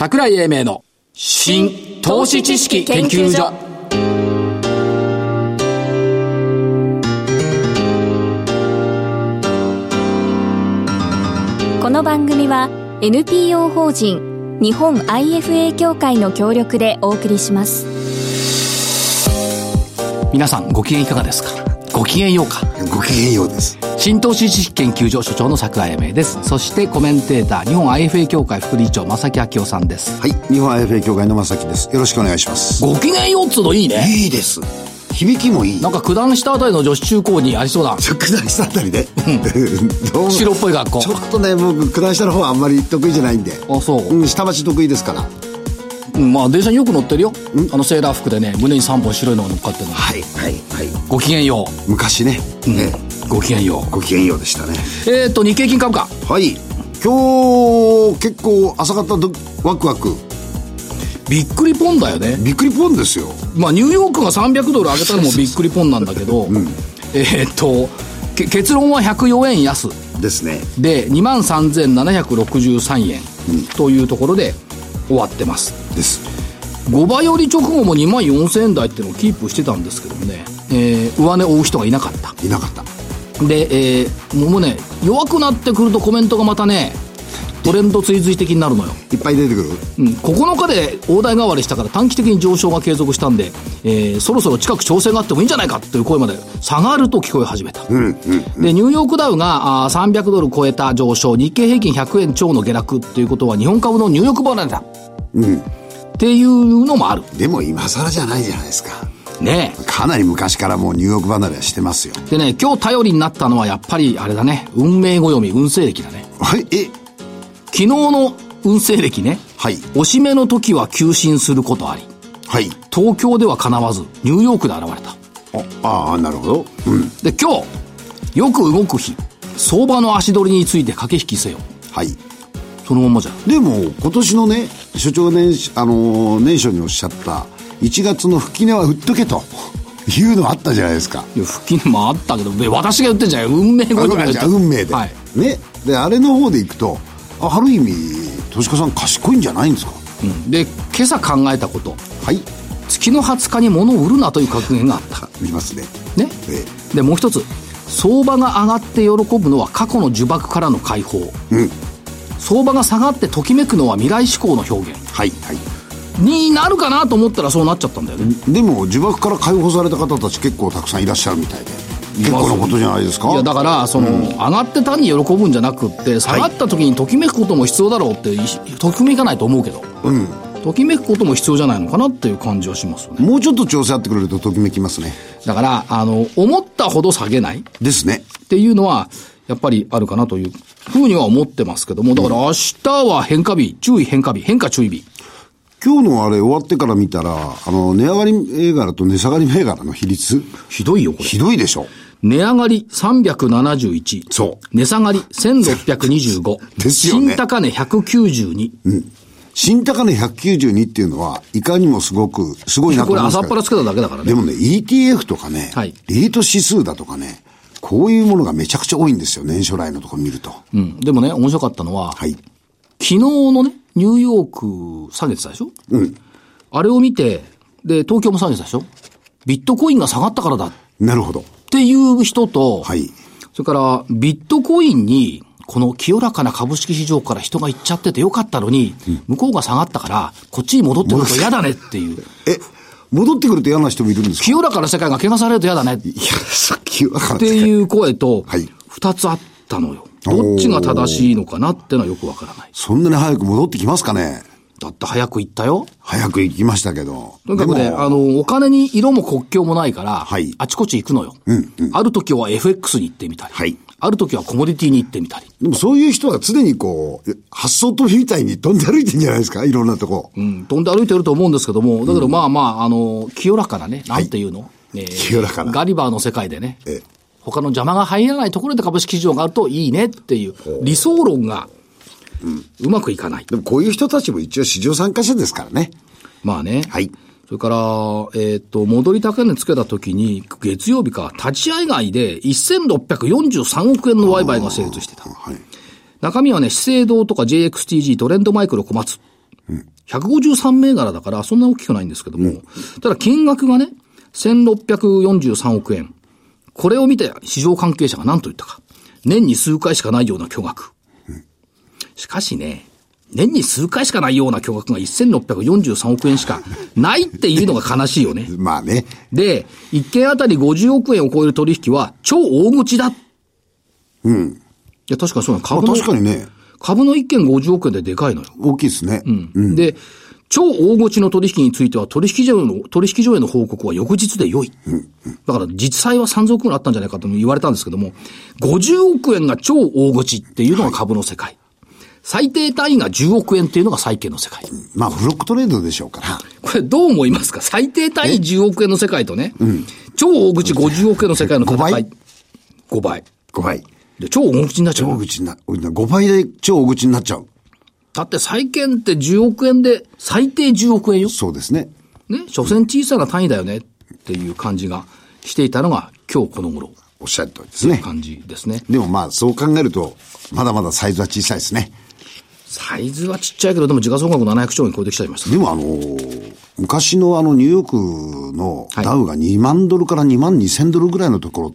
桜井英明の新投資知識研究所。 この番組は NPO 法人日本 IFA 協会の協力でお送りします。 皆さんご機嫌いかがですか？ご機嫌ようか？ ご機嫌ようです。 新投資知識研究所所長の桜井英明です。そしてコメンテーター、日本 IFA 協会副理事長正木昭夫さんです。 はい、日本 IFA 協会の正木です。よろしくお願いします。 ご機嫌ようっつうのいいね。 いいです。響きもいい。 なんか九段下あたりの女子中高にありそうだ。 九段下あたりで白っぽい学校。 ちょっとね、僕九段下の方はあんまり得意じゃないんで。 あ、そう。 下町得意ですから。 まあ電車によく乗ってるよ。セーラー服でね、胸に3本白いのが乗っかってるの。 はいはいはい。 ご機嫌よう。昔ね。 ご機嫌よう。 ご機嫌ようでしたね。 日経金株価。 はい。今日結構朝方ワクワク。 びっくりポンだよね。 びっくりポンですよ。 まあニューヨークが300ドル上げたのもびっくりポンなんだけど、結論は104円安ですね。 で 23,763 円というところで終わってますです。5倍より直後も 24,000 円台っていうのをキープしてたんですけどもね、上値を追う人がいなかったで、もうね弱くなってくるとコメントがまたねトレンド追随的になるのよ。 いっぱい出てくる。 9日で大台代わりしたから短期的に上昇が継続したんで、そろそろ近く調整があってもいいんじゃないかという声まで下がると聞こえ始めた。でニューヨークダウが300ドル超えた上昇、日経平均100円超の下落っていうことは日本株のニューヨーク離れだ、っていうのもある。 でも今更じゃないじゃないですかね。 かなり昔からもうニューヨーク離れはしてますよ。 でね、今日頼りになったのはやっぱりあれだね、運命暦、運勢暦だね。 はい。 昨日の運勢暦ね。 はい。 おしめの時は急進することあり。 はい。 東京では叶わずニューヨークで現れた。 なるほど。 で今日よく動く日、相場の足取りについて駆け引きせよ。 はい。 そのままじゃん。 でも今年のね、所長年初におっしゃった1月の吹き値は売っとけというのあったじゃないですか。 いや吹き値もあったけど、私が言ってんじゃん。運命語に言って運命で、はい、ね。であれの方でいくとある意味投資家さん賢いんじゃないんですか。 で今朝考えたこと。 はい。 月の20日に物を売るなという格言があった。 見ますね。 ね。でもう一つ、相場が上がって喜ぶのは過去の呪縛からの解放。相場が下がってときめくのは未来志向の表現。 はいはい。 になるかなと思ったらそうなっちゃったんだよね。 でも呪縛から解放された方たち結構たくさんいらっしゃるみたいで、結構なことじゃないですか。 いやだから上がって単に喜ぶんじゃなくって下がった時にときめくことも必要だろうって、ときめかないと思うけど、ときめくことも必要じゃないのかなっていう感じはしますよね。 もうちょっと調整あってくれるとときめきますね。 だから思ったほど下げないですねっていうのはやっぱりあるかなというふうには思ってますけども、だから明日は変化日、注意変化日、変化注意日。 今日のあれ終わってから見たら値上がり銘柄と値下がり銘柄の比率ひどいよこれ。 ひどいでしょ。 値上がり371。 そう。 値下がり1625。 ですよね。 新高値192。 新高値192っていうのはいかにもすごいなと思います。 これ朝っぱらつけただけだからね。 でもね ETF とかね、リート指数だとかね、こういうものがめちゃくちゃ多いんですよ、年初来のところ見ると。 でもね面白かったのは、昨日のねニューヨーク下げてたでしょ。あれを見て、で東京も下げてたでしょ。ビットコインが下がったからだ。 なるほど。 っていう人と、それからビットコインにこの清らかな株式市場から人が行っちゃっててよかったのに、向こうが下がったからこっちに戻ってくると嫌だねっていう。 戻ってくると嫌な人もいるんですか。 清らかな世界が汚されると嫌だね。いや、 清らかなっていう声と2つあったのよ。どっちが正しいのかなってのはよくわからない。 そんなに早く戻ってきますかね。 だって早く行ったよ。 早く行きましたけど。 とにかくね、お金に色も国境もないから、あちこち行くのよ。ある時は FX に行ってみたり、ある時はコモディティに行ってみたり。 でもそういう人は常にこう、発想飛びみたいに飛んで歩いてるんじゃないですか、いろんなとこ。 飛んで歩いてると思うんですけども、だけど清らかなね、なんていうの、 清らかな。 ガリバーの世界でね、他の邪魔が入らないところで株式市場があるといいねっていう理想論が、うまくいかない。 でもこういう人たちも一応市場参加者ですからね。 まあね。それから、戻り高値つけたときに、月曜日か、立ち会い外で1643億円の売買が成立してた。中身はね、資生堂とか JXTG、トレンドマイクロ小松。 153銘柄だからそんな大きくないんですけども、ただ金額がね、1643億円。これを見て市場関係者が何と言ったか。年に数回しかないような巨額。しかしね、年に数回しかないような巨額が1643億円しかないっていうのが悲しいよね。 まあね。 で、1件あたり50億円を超える取引は超大口だ。いや、確かにそうなの。株の、 確かにね。 株の1件50億円ででかいのよ。 大きいですね。 で、超大口の取引については取引所への報告は翌日で良い。だから実際は30億円あったんじゃないかと言われたんですけども、50億円が超大口っていうのが株の世界。最低単位が10億円っていうのが債券の世界。 まあブロックトレードでしょうから。 これどう思いますか？最低単位10億円の世界とね、超大口50億円の世界の戦い。5倍。 5倍。 で、超大口になっちゃう。 超大口に5倍で超大口になっちゃう。 だって債券って10億円で最低10億円よ。 そうですね。 ね、所詮小さな単位だよねっていう感じがしていたのが今日この頃。 おっしゃる通りですね。 感じですね。 でもまあそう考えると、まだまだサイズは小さいですね。 サイズはちっちゃいけど、でも時価総額700兆円超えてきちゃいました。 でも昔のニューヨークのダウが2万ドルから2万2000ドルぐらいのところって、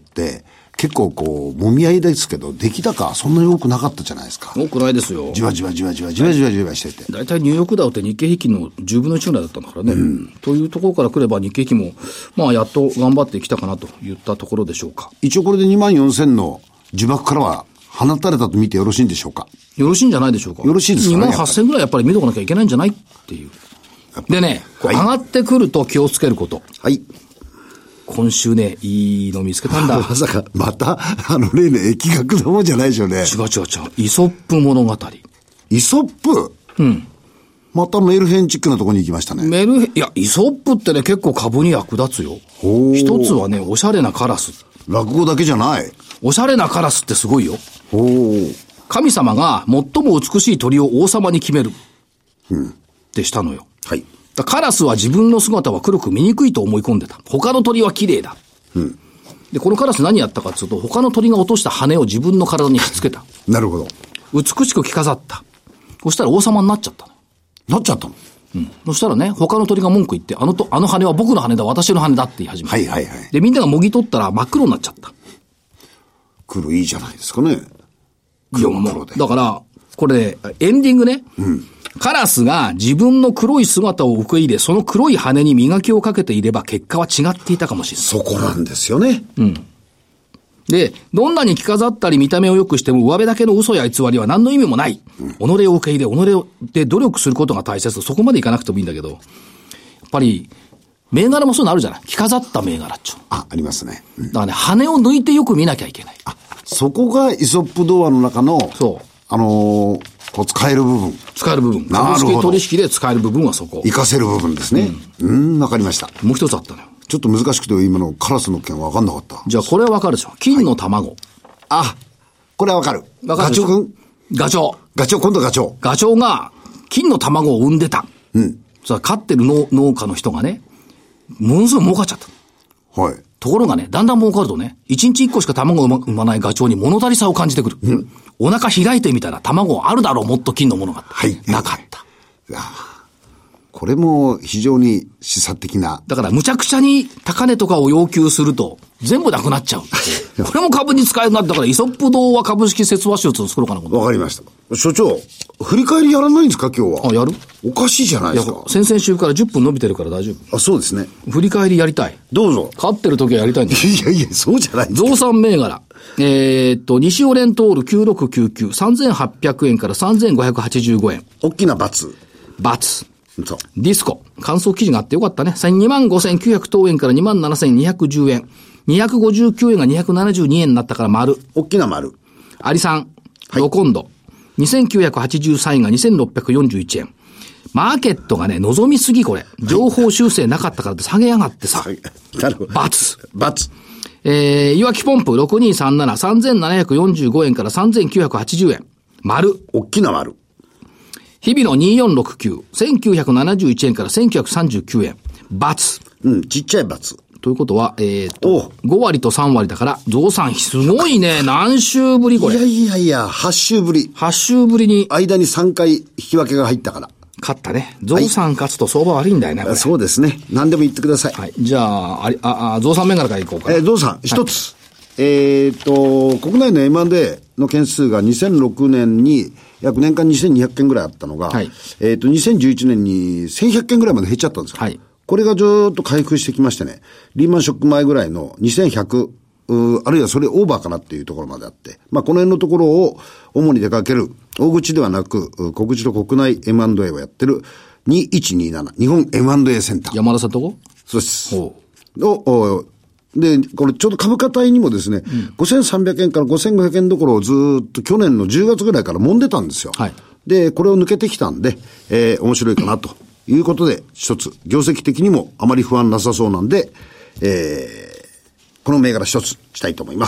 結構揉み合いですけど、出来高そんなに多くなかったじゃないですか。 多くないですよ。 じわじわしてて。 だいたいニューヨークダウって日経平均の10分の1ぐらいだったんだからね。というところから来れば日経平均も、まあやっと頑張ってきたかなといったところでしょうか。 一応これで2万4000の呪縛からは放たれたと見てよろしいんでしょうか。 よろしいんじゃないでしょうか。 よろしいですかね。 2万8000ぐらいやっぱり見とかなきゃいけないんじゃないっていう。でね、上がってくると気をつけること。 はい。 今週ね、いいの見つけたんだ。 まさか、また、例の疫学のもんじゃないでしょうね。 違う。イソップ物語。 イソップ？またメルヘンチックなところに行きましたね。 いや、イソップってね、結構株に役立つよ。一つはね、おしゃれなカラス。 落語だけじゃない。 おしゃれなカラスってすごいよ。神様が最も美しい鳥を王様に決める。ってしたのよ。 はい。 カラスは自分の姿は黒く見にくいと思い込んでた。他の鳥は綺麗だ。で、このカラス何やったかっていうと、他の鳥が落とした羽を自分の体にひっつけた。 なるほど。 美しく着飾った。そしたら王様になっちゃったの。 なっちゃったの？ そしたらね、他の鳥が文句言って、あの羽は僕の羽だ、私の羽だって言い始めた。 はい。 で、みんながもぎ取ったら真っ黒になっちゃった。 黒いいじゃないですかね。黒で。 だから、これ、エンディングね。カラスが自分の黒い姿を受け入れ、その黒い羽に磨きをかけていれば結果は違っていたかもしれない。 そこなんですよね。 で、どんなに着飾ったり見た目を良くしても上辺だけの嘘や偽りは何の意味もない。己を受け入れ、己で努力することが大切。そこまでいかなくてもいいんだけど、やっぱり、銘柄もそういうのあるじゃない。着飾った銘柄っちゅう。 ありますね。 だからね、羽を抜いてよく見なきゃいけない。 そこがイソップ童話の中の、使える部分。 使える部分。 なるほど。 株式取引で使える部分はそこ。 活かせる部分ですね。わかりました。 もう一つあったのよ。 ちょっと難しくて今のカラスの件わかんなかった。 じゃあこれはわかるでしょ。金の卵。 これはわかる。 ガチョウ君？ガチョウ、 今度ガチョウ。 ガチョウが金の卵を産んでた。それは飼ってる農家の人がね、ものすごい儲かっちゃった。 はい。 ところがね、だんだん儲かるとね、1日1個しか卵を産まないガチョウに物足りさを感じてくる。お腹開いてみたら卵あるだろう、もっと金のものが。なかった。 これも非常に示唆的な。 だから無茶苦茶に高値とかを要求すると、全部なくなっちゃう。これも株に使えるなって、だからイソップ童話株式説話集を作ろうかな。 わかりました。所長、振り返りやらないんですか今日は。 やる？ おかしいじゃないですか。 先々週から10分伸びてるから大丈夫。 そうですね。 振り返りやりたい。 どうぞ。 勝ってる時はやりたいんだよ。 いや、そうじゃないですか。 増産銘柄。西オレントール9699、3800円から3585円。 大きな×。 そう。ディスコ。観測記事があってよかったね。25,900等円から27,210円。259円が272円になったから丸。 大きな丸。 アリさん。ロコンド。2,983円が2,641円。マーケットがね、望みすぎこれ。情報修正なかったからって下げやがってさ。 なるほど。 ×。いわきポンプ6237、3,745円から3,980円。丸。 大きな丸。 日々の2469、1971円から1939円。×。 ちっちゃい×。 ということは、5割と3割だから、増産すごいね。何週ぶりこれ。 いや、8週ぶり。 8週ぶりに。 間に3回引き分けが入ったから。 勝ったね。ゾウさん勝つと相場悪いんだよね。 そうですね。何でも言ってください。 はい。じゃあ、ゾウさん銘柄からいこうかな。 ゾウさん、一つ。国内の M&A の件数が2006年に約年間2200件ぐらいあったのが、2011年に1100件ぐらいまで減っちゃったんですよ。これがずっと回復してきましてね、リーマンショック前ぐらいの2100、あるいはそれオーバーかなっていうところまであって、この辺のところを主に出かける、大口ではなく、小口と国内 M&A をやってる2127、日本 M&A センター。 山田さんとこ？ そうです。で、これちょうど株価帯にもですね、5300円から5500円どころをずっと去年の10月ぐらいから揉んでたんですよ。で、これを抜けてきたんで、面白いかなということで、一つ、業績的にもあまり不安なさそうなんで、この銘柄一つしたいと思います。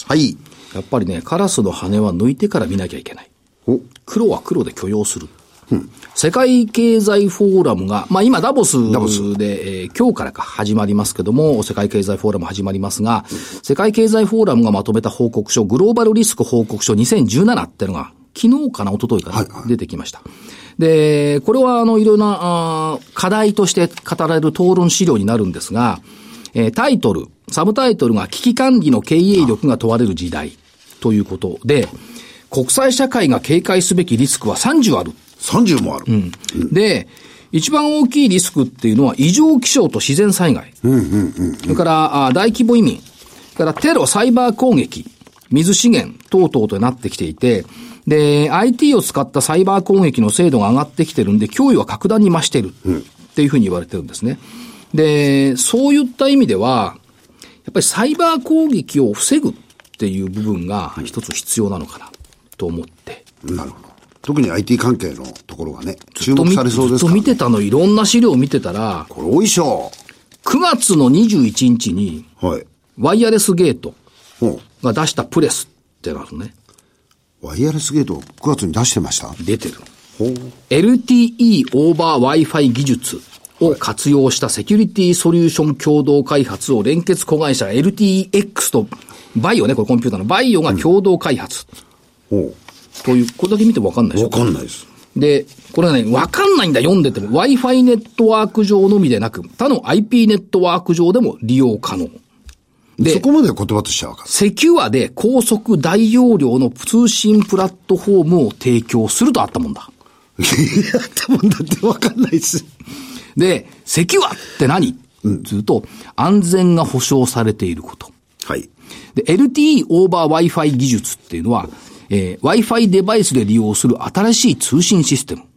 はい。 やっぱりね、カラスの羽は抜いてから見なきゃいけない。黒は黒で許容する。世界経済フォーラムが、今ダボスで、今日から始まりますけども、世界経済フォーラム始まりますが、世界経済フォーラムがまとめた報告書、グローバルリスク報告書2017ってのが、昨日かな、一昨日かな、出てきました。で、これはいろいろな課題として語られる討論資料になるんですが、タイトル、サブタイトルが危機管理の経営力が問われる時代ということで、国際社会が警戒すべきリスクは30ある。 30もある。 で、一番大きいリスクっていうのは異常気象と自然災害。それから大規模移民。それからテロ、サイバー攻撃、水資源等々となってきていて、で、IT を使ったサイバー攻撃の精度が上がってきてるんで、脅威は格段に増してるっていうふうに言われてるんですね。で、そういった意味では、やっぱりサイバー攻撃を防ぐっていう部分が一つ必要なのかなと思って。 なるほど。特に IT 関係のところがね、注目されそうですから、ね。 ずっと見てたの、いろんな資料を見てたら、 これ多いしょ。 9月の21日に、ワイヤレスゲートが出したプレスってなるね。 ワイヤレスゲート9月に出してました？ 出てる。LTE オーバー Wi-Fi 技術を活用したセキュリティソリューション共同開発を連結子会社 LTEX とバイオね、これコンピューターのバイオが共同開発。という、これだけ見てもわかんないでしょ？ わかんないです。 で、これがね、わかんないんだ、読んでても。Wi-Fi ネットワーク上のみでなく、他の IP ネットワーク上でも利用可能。 で、そこまで言葉としてはわかる。 セキュアで高速大容量の通信プラットフォームを提供するとあったもんだ。 あったもんだってわかんないです。 で、セキュアって何？ずっと安全が保証されていること。で、LTE オーバー Wi-Fi 技術っていうのは、Wi-Fi デバイスで利用する新しい通信システム。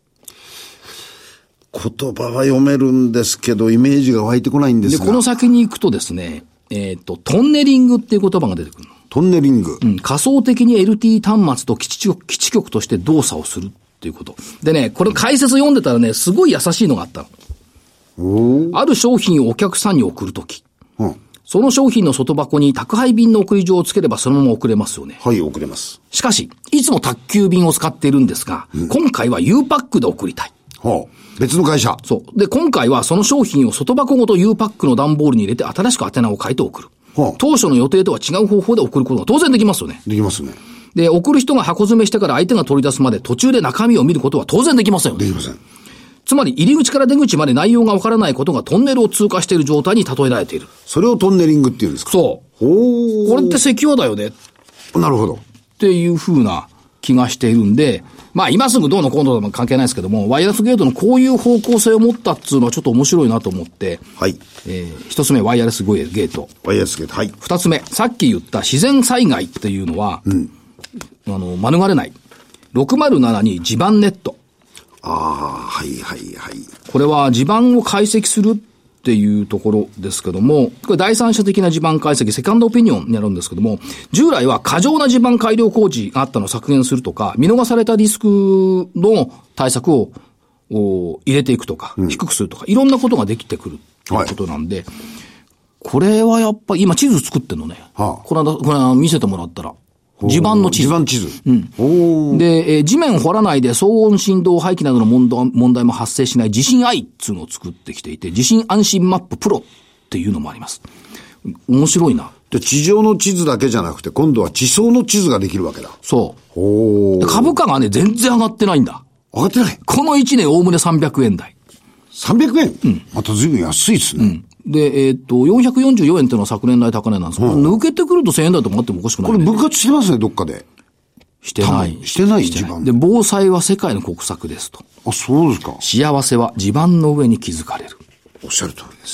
言葉は読めるんですけど、イメージが湧いてこないんですが。 で、この先に行くとですね、トンネリングっていう言葉が出てくるの。 トンネリング。 仮想的に LTE 端末と基地局として動作をするっていうこと。でね、これ解説読んでたらね、すごい優しいのがあったの。ある商品をお客さんに送るとき。その商品の外箱に宅配便の送り状をつければそのまま送れますよね。 はい、送れます。 しかし、いつも宅急便を使っているんですが、今回は U パックで送りたい。 別の会社。 そう。で、今回はその商品を外箱ごと U パックの段ボールに入れて新しく宛名を書いて送る。当初の予定とは違う方法で送ることが当然できますよね。 できますね。 で、送る人が箱詰めしてから相手が取り出すまで途中で中身を見ることは当然できませんよね。 できません。 つまり入り口から出口まで内容がわからないことがトンネルを通過している状態に例えられている。 それをトンネリングっていうんですか？ そう。これってセキュアだよね。 なるほど。 っていう風な気がしているんで、今すぐどうのこうのとも関係ないですけども、ワイヤレスゲートのこういう方向性を持ったっていうのはちょっと面白いなと思って、一つ目ワイヤレスゲート。 ワイヤレスゲート。 二つ目、さっき言った自然災害っていうのは、免れない。607に地盤ネット。これは地盤を解析するっていうところですけども、これ第三者的な地盤解析、セカンドオピニオンになるんですけども、従来は過剰な地盤改良工事があったのを削減するとか、見逃されたリスクの対策を入れていくとか、低くするとか、いろんなことができてくるということなんで、これはやっぱり今地図作ってんのね。これ見せてもらったら。地盤の地図。 地盤地図。 で、地面を掘らないで騒音振動排気などの問題も発生しない地震愛っていうのを作ってきていて、地震安心マッププロっていうのもあります。面白いな。 で、地上の地図だけじゃなくて、今度は地層の地図ができるわけだ。 そう。株価がね、全然上がってないんだ。 上がってない。 この1年おおむね300円台。 300円、 うん、 また随分安いですね。 うん、で、444円っていうのは昨年来高値なんですけど、抜けてくると1000円台とかあってもおかしくない、ね。 これ分割してますね、どっかで。 してない。 してない、地盤。 で、防災は世界の国策ですと。 あ、そうですか。 幸せは地盤の上に築かれる。 おっしゃる通りです。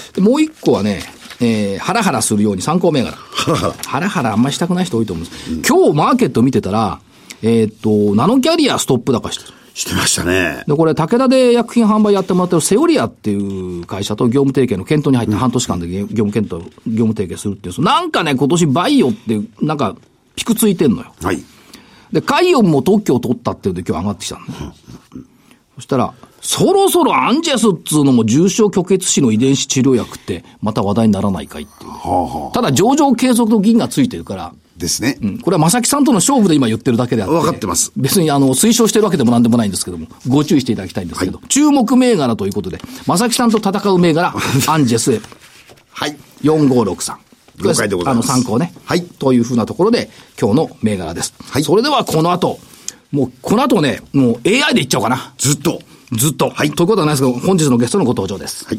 でもう一個はね、ハラハラするように参考銘柄。ハラハラあんまりしたくない人多いと思うんです。今日マーケット見てたら、ナノキャリアストップ高してる。 してましたね。 で、これ、武田で薬品販売やってもらってるセオリアっていう会社と業務提携の検討に入って半年間で業務提携するっていう。なんかね、今年バイオって、なんか、ピクついてんのよ。 はい。 で、カイオンも特許を取ったっていうんで今日上がってきたんだ、そしたら、そろそろアンジェスっつうのも重症虚血死の遺伝子治療薬ってまた話題にならないかいっていう、ただ上場継続の銀がついてるからですね、 これは正木さんとの勝負で今言ってるだけであって分かってます。 別に推奨してるわけでもなんでもないんですけども、ご注意していただきたいんですけど、注目銘柄ということで正木さんと戦う銘柄アンジェスはい 4563 了解でございます。 参考ね。 はい。 というふうなところで、今日の銘柄です。 はい。 それではこの後、もうね、もう AI でいっちゃおうかな。 ずっと。 はい。ということはないですけど、本日のゲストのご登場です。 はい。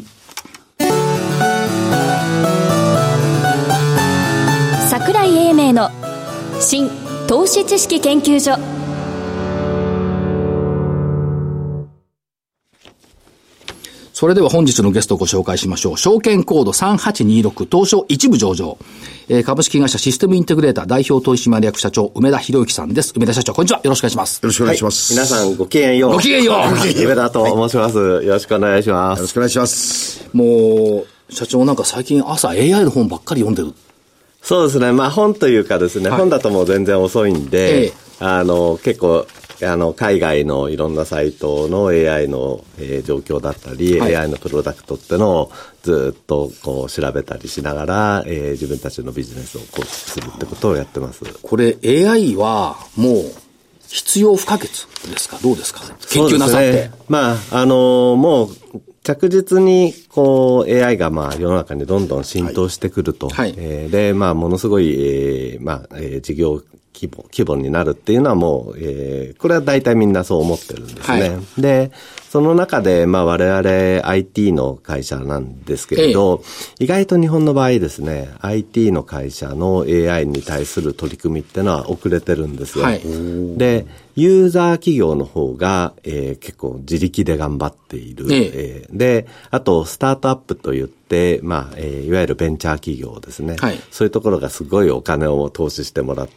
桜井英明の新投資知識研究所。 それでは本日のゲストをご紹介しましょう。証券コード3826東証一部上場、株式会社システムインテグレーター代表取締役社長梅田博之さんです。梅田社長、こんにちは。よろしくお願いします。 よろしくお願いします。 はい、皆さんごきげんよう。 ごきげんよう。 梅田と申します、はい。よろしくお願いします。 よろしくお願いします。 もう社長なんか最近朝 AI の本ばっかり読んでる。 そうですね。まあ本というかですね、本だともう全然遅いんで、結構海外のいろんなサイトの AI の、状況だったり、AI のプロダクトってのをずっとこう調べたりしながら、自分たちのビジネスを構築するってことをやってます。 これ AI はもう必要不可欠ですか？どうですか？研究なさって。ね、 まあ、もう着実にこう AI がまあ世の中にどんどん浸透してくると。はい。で、まあものすごい、事業規模になるっていうのはもう、これは大体みんなそう思ってるんですね。はい、で、その中で、まあ我々 IT の会社なんですけれど、意外と日本の場合ですね、IT の会社の AI に対する取り組みってのは遅れてるんですよ。はい、で、ユーザー企業の方が、結構自力で頑張っている。で、あとスタートアップといって、まあ、いわゆるベンチャー企業ですね。はい、そういうところがすごいお金を投資してもらって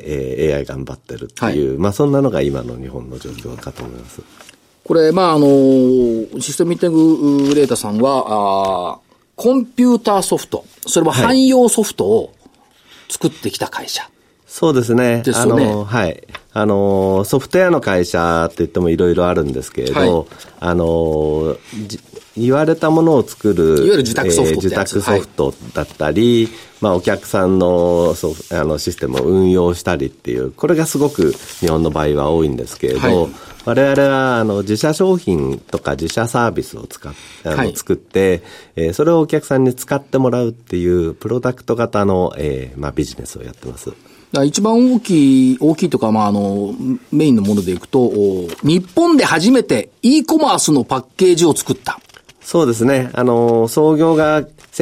、AI 頑張ってるっていう、はい、まあそんなのが今の日本の状況かと思います。 これ、まあシステムインテグレーターさんは、コンピューターソフト、それも汎用ソフトを作ってきた会社。 そうですね。 ですよね。 はい。ソフトウェアの会社って言ってもいろいろあるんですけれど、はい、言われたものを作る、 いわゆる自宅ソフトってやつ、 自宅ソフトだったり、はい、まあお客さんのシステムを運用したりっていう、これがすごく日本の場合は多いんですけれど、はい、我々は自社商品とか自社サービスを作って、それをお客さんに使ってもらうっていうプロダクト型の、まあビジネスをやってます。 一番大きいとか、まあ、メインのものでいくと、日本で初めて e コマースのパッケージを作った。 そうですね。創業が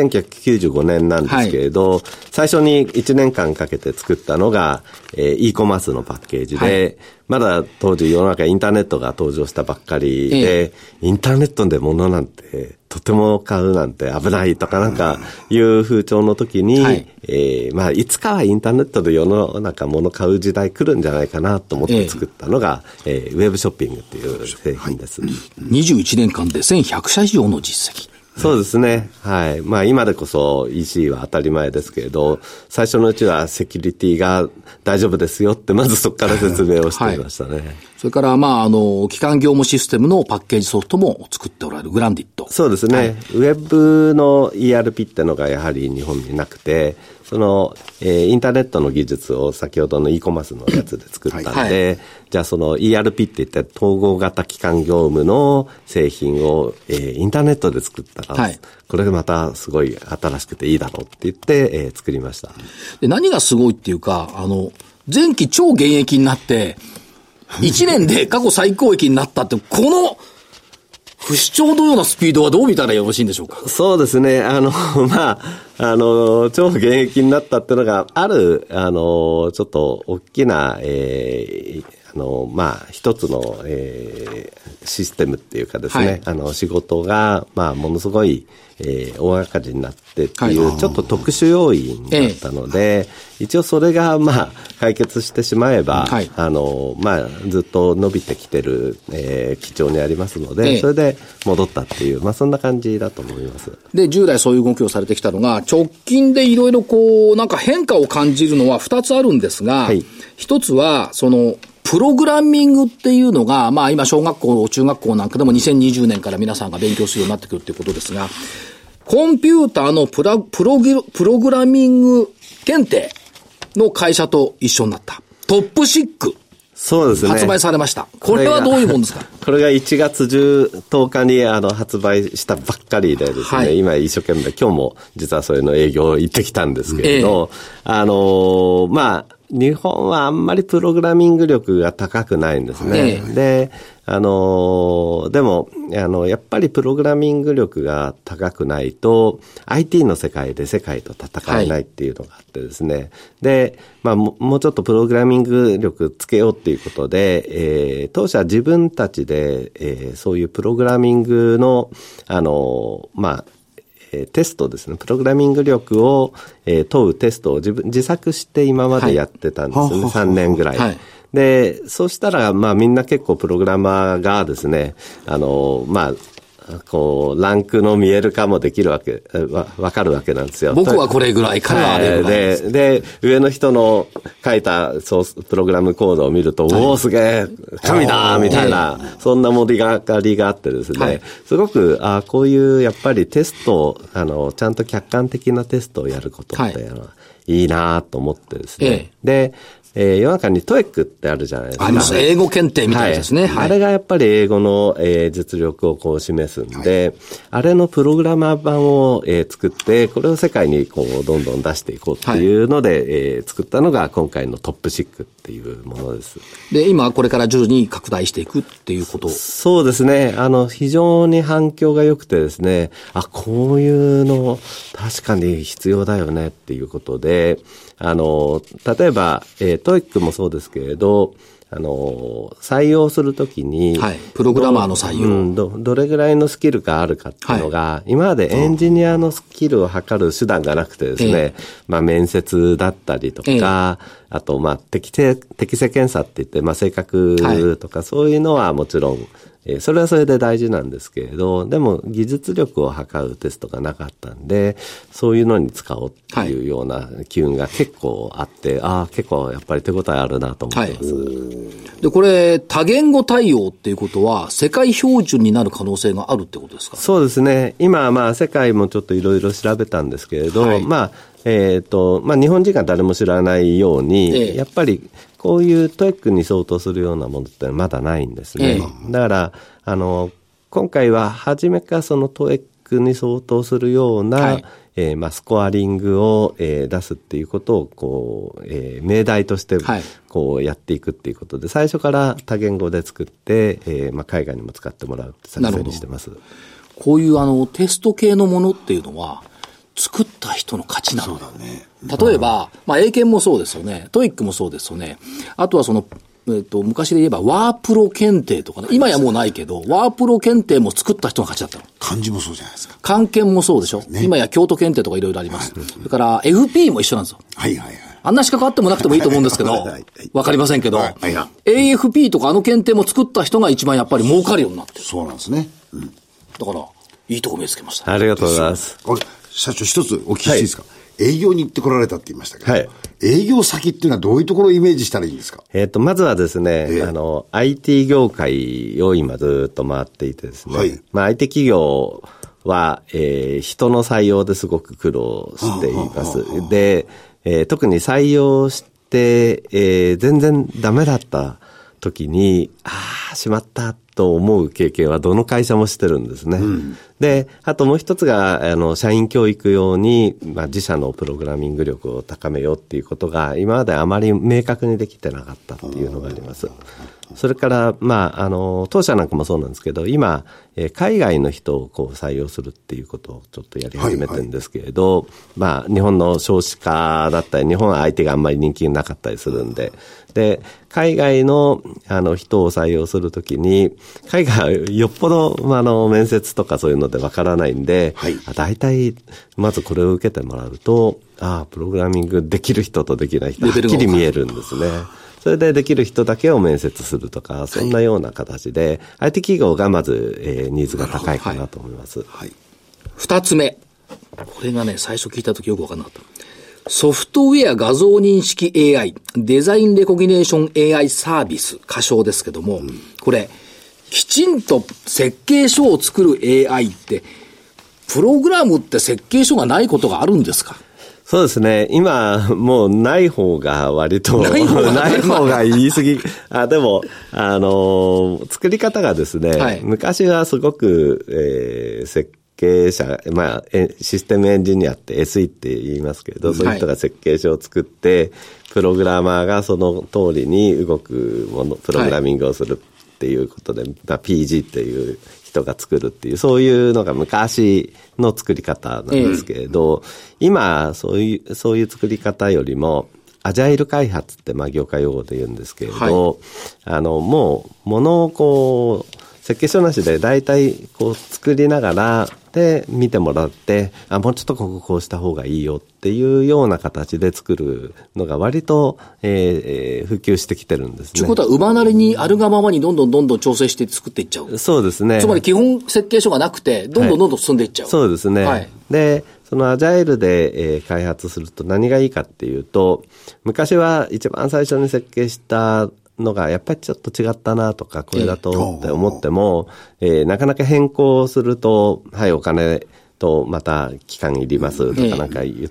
1995年なんですけれど、はい、最初に1年間かけて作ったのが、e コマースのパッケージで、はい、まだ当時世の中インターネットが登場したばっかりで、インターネットで物なんてとても買うなんて危ないとかなんかいう風潮の時に、はい、まあいつかはインターネットで世の中物買う時代来るんじゃないかなと思って作ったのが、ウェブショッピングっていう製品です。はい、 21年間で1100社以上の実績。 そうですね。はい。まあ今でこそ EC は当たり前ですけれど、最初のうちはセキュリティが大丈夫ですよってまずそこから説明をしていましたね。はい、 それからまあ基幹業務システムのパッケージソフトも作っておられるグランディット。 そうですね。はい、ウェブの ERP ってのがやはり日本になくて、インターネットの技術を先ほどの e コマースのやつで作ったんで、はい、じゃあその ERP って言って統合型基幹業務の製品を、インターネットで作ったら、はい、これがまたすごい新しくていいだろうって言って、作りました。 で、何がすごいっていうか、前期超現役になって、 1年で過去最高益になったって、この、不死鳥のようなスピードはどう見たらよろしいんでしょうか。 そうですね。超現役になったっていうのが、ちょっと大きな、一つの、システムっていうかですね、はい、仕事が、ものすごい、大掛かりになってっていう、はい、ちょっと特殊要因だったので、一応それが、解決してしまえば、はい、ずっと伸びてきてる、基調にありますので、それで戻ったっていう、そんな感じだと思います。 で、従来そういう動きをされてきたのが、直近でいろいろなんか変化を感じるのは2つあるんですが、はい、1つは、プログラミングっていうのが、今小学校、中学校なんかでも2020年から皆さんが勉強するようになってくるっていうことですが、コンピューターのプログラミング検定の会社と一緒になった。トップシック。 そうですね。 発売されました。これはどういうもんですか？ これが1月10日に発売したばっかりでですね、はい、今一生懸命、今日も実はそれの営業行ってきたんですけれど、日本はあんまりプログラミング力が高くないんですね。で、でも、やっぱりプログラミング力が高くないと、IT の世界で世界と戦えないっていうのがあってですね。はい、で、もうちょっとプログラミング力つけようっていうことで、当社自分たちで、そういうプログラミングの、テストですね。プログラミング力を、問うテストを自作して今までやってたんですよね。はい、3年ぐらい。はい、で、そうしたら、みんな結構プログラマーがですね、ランクの見える化もできるわけ、わかるわけなんですよ。 僕はこれぐらい、彼はあれぐらいで、上の人の書いたプログラムコードを見ると、はい、おーすげえ、神だみたいな、そんな盛り上がりがあってですね、はい、すごく、こういうやっぱりテスト、ちゃんと客観的なテストをやることっていうのは、いいなと思ってですね。で、世の中にトエックってあるじゃないですか。 あります。英語検定みたいですね。 はい。あれがやっぱり英語の、実力を示すんで、はい、あれのプログラマー版を、作って、これを世界にどんどん出していこうっていうので、はい、作ったのが今回のトップシックっていうものです。 で、今これから徐々に拡大していくっていうこと。 そうですね。非常に反響が良くてですね、こういうの確かに必要だよねっていうことで、例えば、トイックもそうですけれど、採用するときに、 はい、プログラマーの採用、 どれぐらいのスキルがあるかっていうのが、はい、今までエンジニアのスキルを測る手段がなくてですね、面接だったりとか、あと、適性検査って言って、性格とか、そういうのはもちろん、それはそれで大事なんですけれど、でも技術力を測るテストがなかったんで、そういうのに使おうっていうような機運が結構あって、結構やっぱり手応えあるなと思ってます。はい、 で、これ、多言語対応っていうことは、世界標準になる可能性があるってことですか？ そうですね。今、世界もちょっといろいろ調べたんですけれど、はい、日本人が誰も知らないように、やっぱりこういうトエックに相当するようなものってまだないんですね。だから、今回は初めからそのトエックに相当するような、はい、スコアリングを、出すっていうことを命題としてやっていくっていうことで、最初から多言語で作って、海外にも使ってもらうって作戦にしてます。 こういうテスト系のものっていうのは作った人の勝ちなの。そうだね。例えば、英検もそうですよね。トイックもそうですよね。あとは昔で言えばワープロ検定とかね。今やもうないけど、ワープロ検定も作った人の勝ちだったの。 漢字もそうじゃないですか。 漢検もそうでしょ。ね、今や京都検定とかいろいろあります。それから FP も一緒なんですよ。はいはいはい。あんな資格あってもなくてもいいと思うんですけど、わかりませんけど、AFP とか検定も作った人が一番やっぱり儲かるようになってる。 そうなんですね。 だから、いいとこ目つけました、 ありがとうございます。 社長一つお聞きしていいですか？営業に行ってこられたって言いましたけど、営業先っていうのはどういうところをイメージしたらいいんですか？ まずはですね、IT 業界を今ずっと回っていてですね、IT 企業は、人の採用ですごく苦労しています。で、特に採用して、全然ダメだった時に、しまったと思う経験はどの会社もしてるんですね。で、あともう一つが、社員教育用に、自社のプログラミング力を高めようっていうことが、今まであまり明確にできてなかったっていうのがあります。 それから、当社なんかもそうなんですけど、今、海外の人をこう採用するっていうことをちょっとやり始めてるんですけれど、日本の少子化だったり、日本は相手があんまり人気がなかったりするんで、で、海外の、人を採用するときに、海外はよっぽど、面接とかそういうのでわからないんで、大体、まずこれを受けてもらうと、プログラミングできる人とできない人はっきり見えるんですね。それでできる人だけを面接するとか、そんなような形で、IT 企業がまず、ニーズが高いかなと思います。 二つ目。これがね、最初聞いたときよくわかんなかった。ソフトウェア画像認識 AI、デザインレコギネーション AI サービス、仮称ですけども、これ、きちんと設計書を作る AI って、プログラムって設計書がないことがあるんですか？ そうですね。今、もうない方が割と、ない方が言い過ぎ。でも、作り方がですね、昔はすごく、設計者、システムエンジニアって SE って言いますけど、そういう人が設計書を作って、プログラマーがその通りに動くもの、プログラミングをするっていうことで、PG っていう人が作るっていう、そういうのが昔の作り方なんですけれど、今、そういう作り方よりも、アジャイル開発って業界用語で言うんですけれど、もう、ものをこう、設計書なしで大体こう作りながらで見てもらって、もうちょっとこうした方がいいよっていうような形で作るのが割と、普及してきてるんですね。ということは馬なりにあるがままにどんどん調整して作っていっちゃう。 そうですね。 つまり基本設計書がなくて、どんどん進んでいっちゃう。 そうですね。で、そのアジャイルで、開発すると何がいいかっていうと、昔は一番最初に設計したのがやっぱりちょっと違ったなとか、これだとって思っても、なかなか変更すると、お金とまた期間いりますとかなんか言って、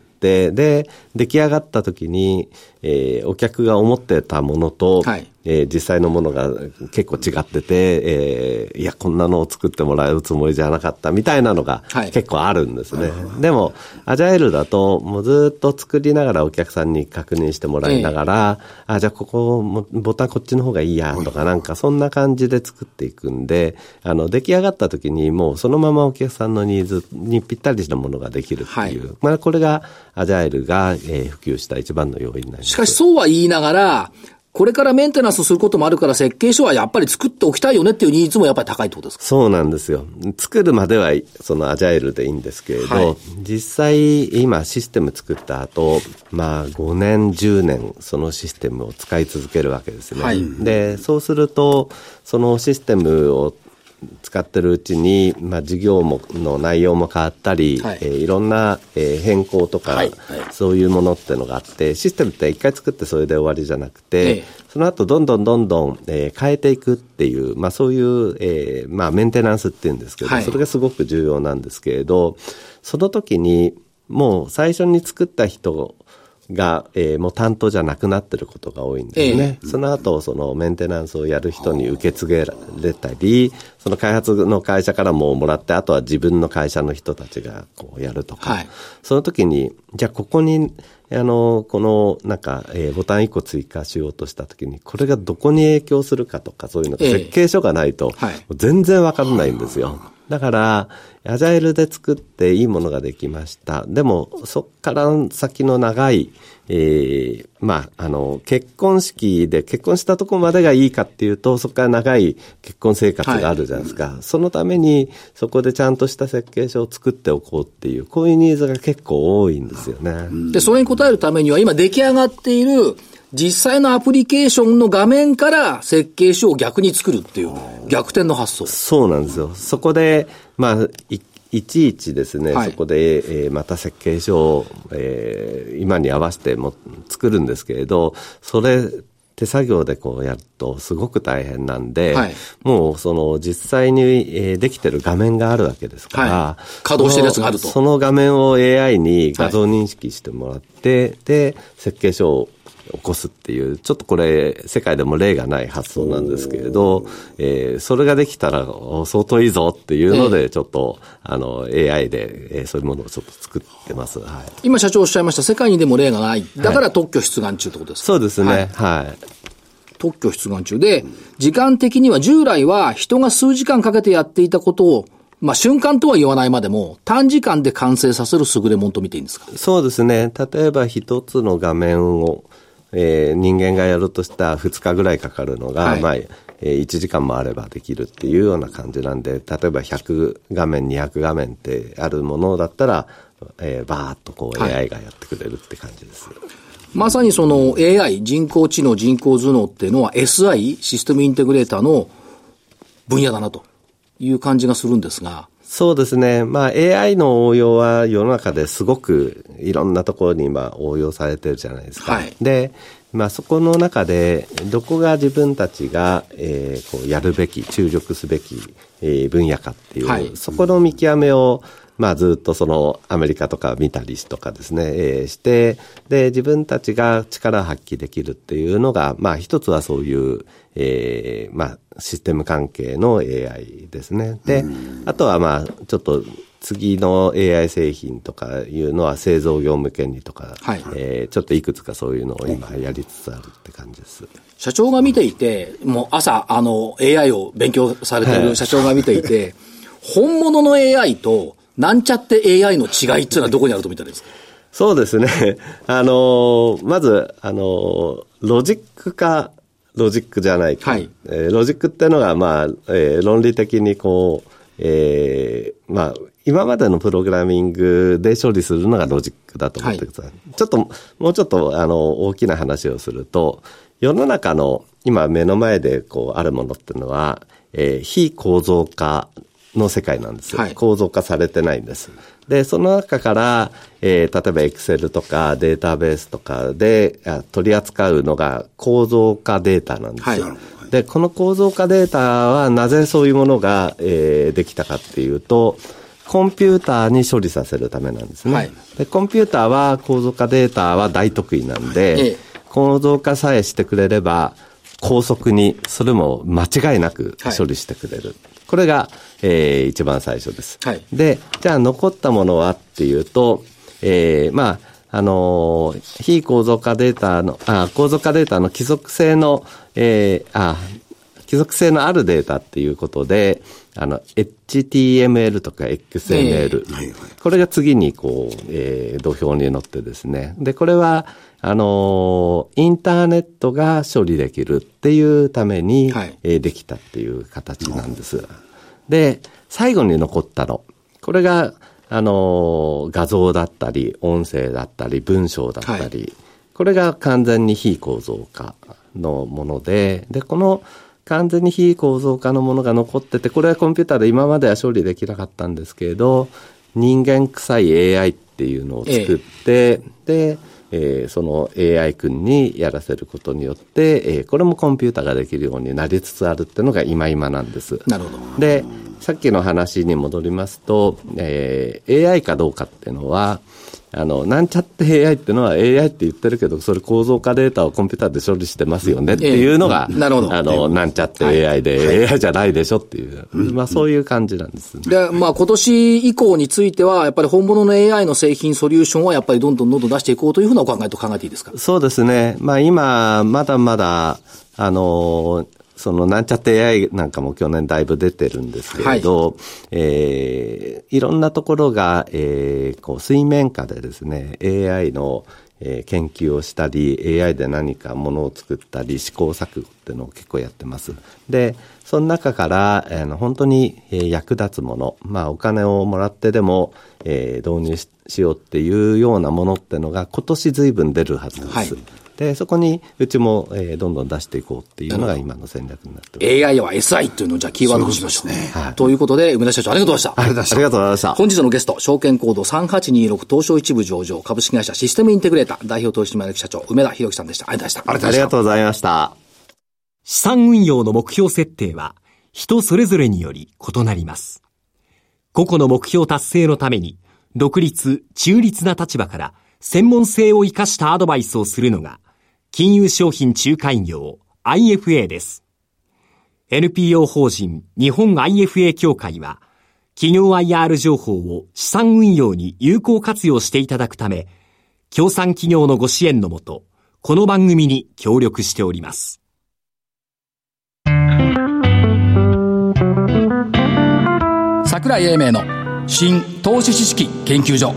で、出来上がった時に、お客が思ってたものと、実際のものが結構違ってて、いや、こんなのを作ってもらうつもりじゃなかったみたいなのが結構あるんですね。でも、アジャイルだともうずっと作りながらお客さんに確認してもらいながら、じゃあここボタンこっちの方がいいやとかなんかそんな感じで作っていくんで、出来上がった時にもうそのままお客さんのニーズにぴったりしたものができるっていう。これがアジャイルが、普及した一番の要因になります。 しかしそうは言いながら、これからメンテナンスすることもあるから設計書はやっぱり作っておきたいよねっていうニーズもやっぱり高いってことですか？ そうなんですよ。作るまではそのアジャイルでいいんですけれど、実際今システム作った後、5年、10年そのシステムを使い続けるわけですね。で、そうすると、そのシステムを使ってるうちに、事業の内容も変わったり、いろんな、変更とか、そういうものってのがあって、システムって一回作ってそれで終わりじゃなくて、その後どんどん、変えていくっていう、そういう、メンテナンスっていうんですけど、それがすごく重要なんですけれど、その時にもう最初に作った人が、もう担当じゃなくなってることが多いんですね。その後、そのメンテナンスをやる人に受け継げられたり、その開発の会社からもらって、あとは自分の会社の人たちがこうやるとか、その時に、じゃあここに、この、ボタン1個追加しようとした時に、これがどこに影響するかとか、そういうのが設計書がないと、全然わからないんですよ。だから、アジャイルで作っていいものができました。でも、そっから先の長い、結婚式で結婚したところまでがいいかっていうと、そこから長い結婚生活があるじゃないですか。そのために、そこでちゃんとした設計書を作っておこうっていう、こういうニーズが結構多いんですよね。 で、それに応えるためには、今出来上がっている、実際のアプリケーションの画面から設計書を逆に作るっていう逆転の発想。 そうなんですよ。そこで、いちいちですね、そこで、また設計書を、今に合わせても作るんですけれど、それ手作業でこうやるとすごく大変なんで、もうその実際に、できてる画面があるわけですから、 稼働してるやつがあると。 その画面を AI に画像認識してもらって、で、設計書を起こすっていう、ちょっとこれ世界でも例がない発想なんですけれど、それができたら相当いいぞっていうので、ちょっとAI で、そういうものをちょっと作ってます。 今社長おっしゃいました世界にでも例がない。だから特許出願中ってことですか？ そうですね。 特許出願中で、時間的には従来は人が数時間かけてやっていたことを、瞬間とは言わないまでも短時間で完成させる優れものと見ていいんですか？ そうですね。例えば一つの画面を、人間がやるとしたら2日ぐらいかかるのが、1時間もあればできるっていうような感じなんで、例えば100画面、200画面ってあるものだったら、バーッとこう AI がやってくれるって感じです。 まさにその AI、人工知能、人工頭脳っていうのは SI、システムインテグレーターの分野だなという感じがするんですが。 そうですね。AI の応用は世の中ですごくいろんなところに今応用されてるじゃないですか。で、そこの中でどこが自分たちが、こうやるべき、注力すべき、分野かっていう、そこの見極めをずっとそのアメリカとか見たりとかですね、して、で、自分たちが力を発揮できるっていうのが、一つはそういう、システム関係の AI ですね。で、あとはちょっと次の AI 製品とかいうのは製造業向けにとか、ちょっといくつかそういうのを今やりつつあるって感じです。 社長が見ていて、もう朝AI を勉強されている社長が見ていて、本物の AI となんちゃって AI の違いっていうのはどこにあると見たらいいですか？ そうですね。まず、ロジックか、ロジックじゃないか。ロジックっていうのが、論理的にこう、今までのプログラミングで処理するのがロジックだと思ってください。もうちょっと、大きな話をすると、世の中の今目の前でこうあるものっていうのは、非構造化の世界なんです。構造化されてないんです。で、その中から、例えば Excel とかデータベースとかで取り扱うのが構造化データなんですよ。で、この構造化データはなぜそういうものが、できたかっていうと、コンピューターに処理させるためなんですね。で、コンピューターは構造化データは大得意なんで、構造化さえしてくれれば高速にそれも間違いなく処理してくれる。これが、一番最初です。で、じゃあ残ったものはっていうと、非構造化データの、構造化データの規則性の、規則性のあるデータっていうことで、HTML とか XML、これが次にこう、土俵に乗ってですね。で、これは、インターネットが処理できるっていうために、できたっていう形なんです。で、最後に残ったの。これが、画像だったり、音声だったり、文章だったり、これが完全に非構造化のもので、で、この完全に非構造化のものが残ってて、これはコンピューターで今までは処理できなかったんですけれど、人間臭い AI っていうのを作って、で、その AI 君にやらせることによって、これもコンピューターができるようになりつつあるっていうのが今なんです。 なるほど。 で、さっきの話に戻りますと、AI かどうかっていうのは、なんちゃって AI っていうのは AI って言ってるけど、それ構造化データをコンピューターで処理してますよねっていうのが、 なるほど。 なんちゃって AI で、AI じゃないでしょっていう、そういう感じなんです、ね。 で、今年以降については、やっぱり本物の AI の製品、ソリューションはやっぱりどんどん出していこうというふうなお考えと考えていいですか？ そうですね。今、まだまだ、そのなんちゃって AI なんかも去年だいぶ出てるんですけれど、いろんなところが、こう水面下でですね、AI の、研究をしたり、AI で何かものを作ったり、試行錯誤っていうのを結構やってます。で、その中から、本当に、役立つもの、お金をもらってでも、導入 しようっていうようなものっていうのが今年随分出るはずです。で、そこにうちも、どんどん出していこうっていうのが今の戦略になっています。 AI は SI っていうのをじゃあキーワードにしましょう。ということで、梅田社長ありがとうございました。 ありがとうございました。 本日のゲスト、証券コード3826東証一部上場株式会社システムインテグレーター代表取締役社長梅田博樹さんでした。ありがとうございました。 ありがとうございました。 資産運用の目標設定は人それぞれにより異なります。個々の目標達成のために独立、中立な立場から専門性を生かしたアドバイスをするのが金融商品仲介業 IFA です。NPO 法人日本 IFA 協会は企業 IR 情報を資産運用に有効活用していただくため、協賛企業のご支援のもと、この番組に協力しております。 櫻井英明の新投資知識研究所。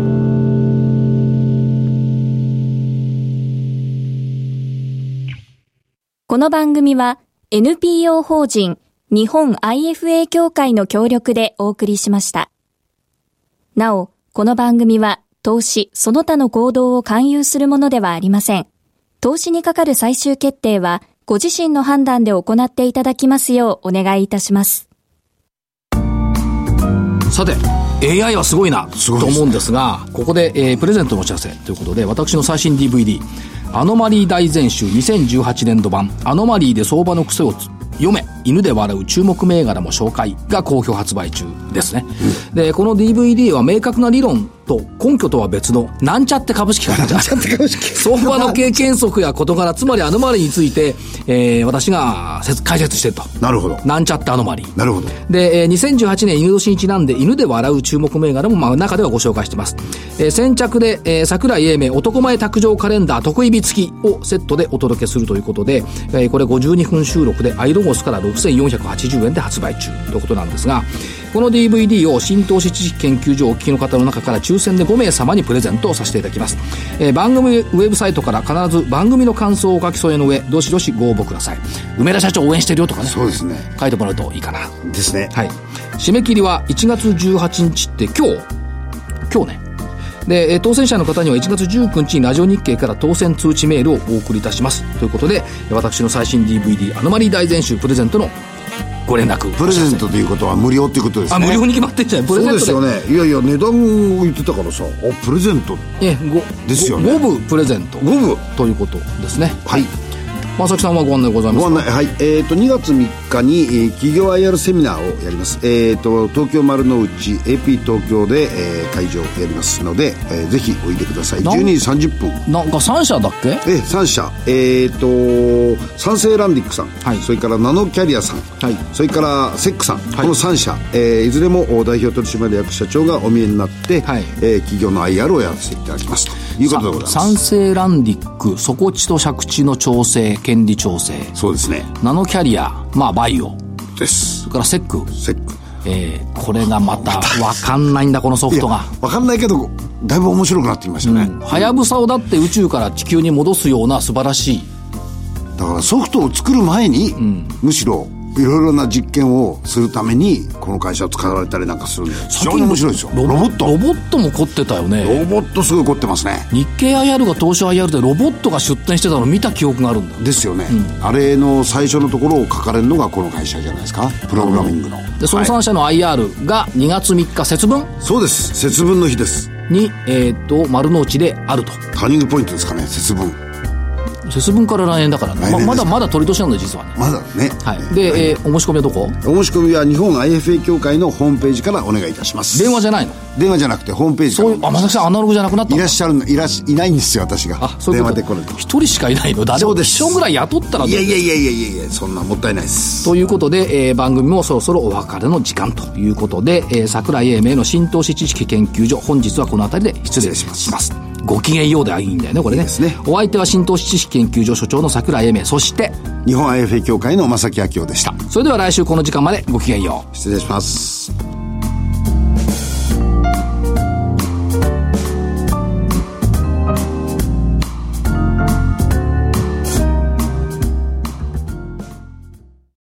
この番組は NPO 法人日本 IFA 協会の協力でお送りしました。なお、この番組は投資その他の行動を勧誘するものではありません。投資にかかる最終決定はご自身の判断で行っていただきますようお願いいたします。 さて AI はすごいなと思うんですが、ここで、プレゼントのお知らせということで、私の最新 DVD アノマリー大全集2018年度版アノマリーで相場の癖を読め犬で笑う注目銘柄も紹介が好評発売中ですね、でこの DVD は明確な理論と根拠とは別のなんちゃって株式から相場の経験則や事柄、つまりアノマリーについて、私が解説していると。 なるほど。 なんちゃってアノマリー。 なるほど。 で、2018年犬年にちなんで犬で笑う注目銘柄も中ではご紹介しています。先着で、櫻井英明男前卓上カレンダー得意日付きをセットでお届けするということで、これ52分収録でアイロゴスから6480円で発売中ということなんですが、この DVD を新投資知識研究所をお聞きの方の中から抽選で5名様にプレゼントをさせていただきます。番組ウェブサイトから必ず番組の感想をお書き添えの上、どしどしご応募ください。梅田社長応援してるよとかね。 そうですね。 書いてもらうといいかな。 ですね。 はい。締め切りは1月18日って今日ね。で、当選者の方には1月19日にラジオ日経から当選通知メールをお送りいたします。ということで、私の最新 DVD アノマリー大全集プレゼントのご連絡。 プレゼントということは無料ということですね。 無料に決まってんじゃない。プレゼントで。 そうですよね。いやいや値段を言ってたからさ、プレゼントですよね。 5部プレゼント 5部ということですね。 はい。 正木さんはご案内ございますか。 ご案内、はい。2月3日に、企業 IR セミナーをやります。東京丸の内 AP 東京で、会場をやりますので、ぜひおいでください。12時30分。 なんか3社だっけ ？3社。三成ランディックさん、はい、それからナノキャリアさん、はい、それからセックさん、はい、この3社、いずれも代表取締役社長がお見えになって、はい、企業の IR をやらせていただきますということでございます。 三成ランディック、底地と借地の調整、権利調整。 そうですね。 ナノキャリア、バイオです。 それからセック。これがまた分かんないんだこのソフトが。 分かんないけどだいぶ面白くなってきましたね。 はやぶさをだって宇宙から地球に戻すような素晴らしい。 だからソフトを作る前に、むしろいろいろな実験をするためにこの会社を使われたりなんかするんで非常に面白いですよ。ロボットも凝ってたよね。 ロボットすごい凝ってますね。 日経 IR が東証 IR でロボットが出展してたのを見た記憶があるんだ。 ですよね、あれの最初のところを書かれるのがこの会社じゃないですか。プログラミングの、 でその3社の IR が2月3日節分。 そうです。節分の日ですに、丸の内であると。 ターニングポイントですかね。節分から来年だからね。まだ取り年なんだ実はね。 まだね。 はい。で、お申し込みはどこ？ お申し込みは日本 IFA 協会のホームページからお願いいたします。 電話じゃないの？ 電話じゃなくてホームページから。 正木さんアナログじゃなくなったの？ いないんですよ私が。 そういうこと。 電話で来ると。 一人しかいないの？誰も一緒ぐらい雇ったら。 いやそんなもったいないです。 ということで、番組もそろそろお別れの時間ということで、櫻井英明の新投資知識研究所、本日はこの辺りで失礼します。ごきげんようではいいんだよねこれね。いいですね。お相手は新投資知識研究所所長の櫻井英明、そして日本 IFA 協会の正木明夫でした。 それでは来週この時間までごきげんよう。 失礼します。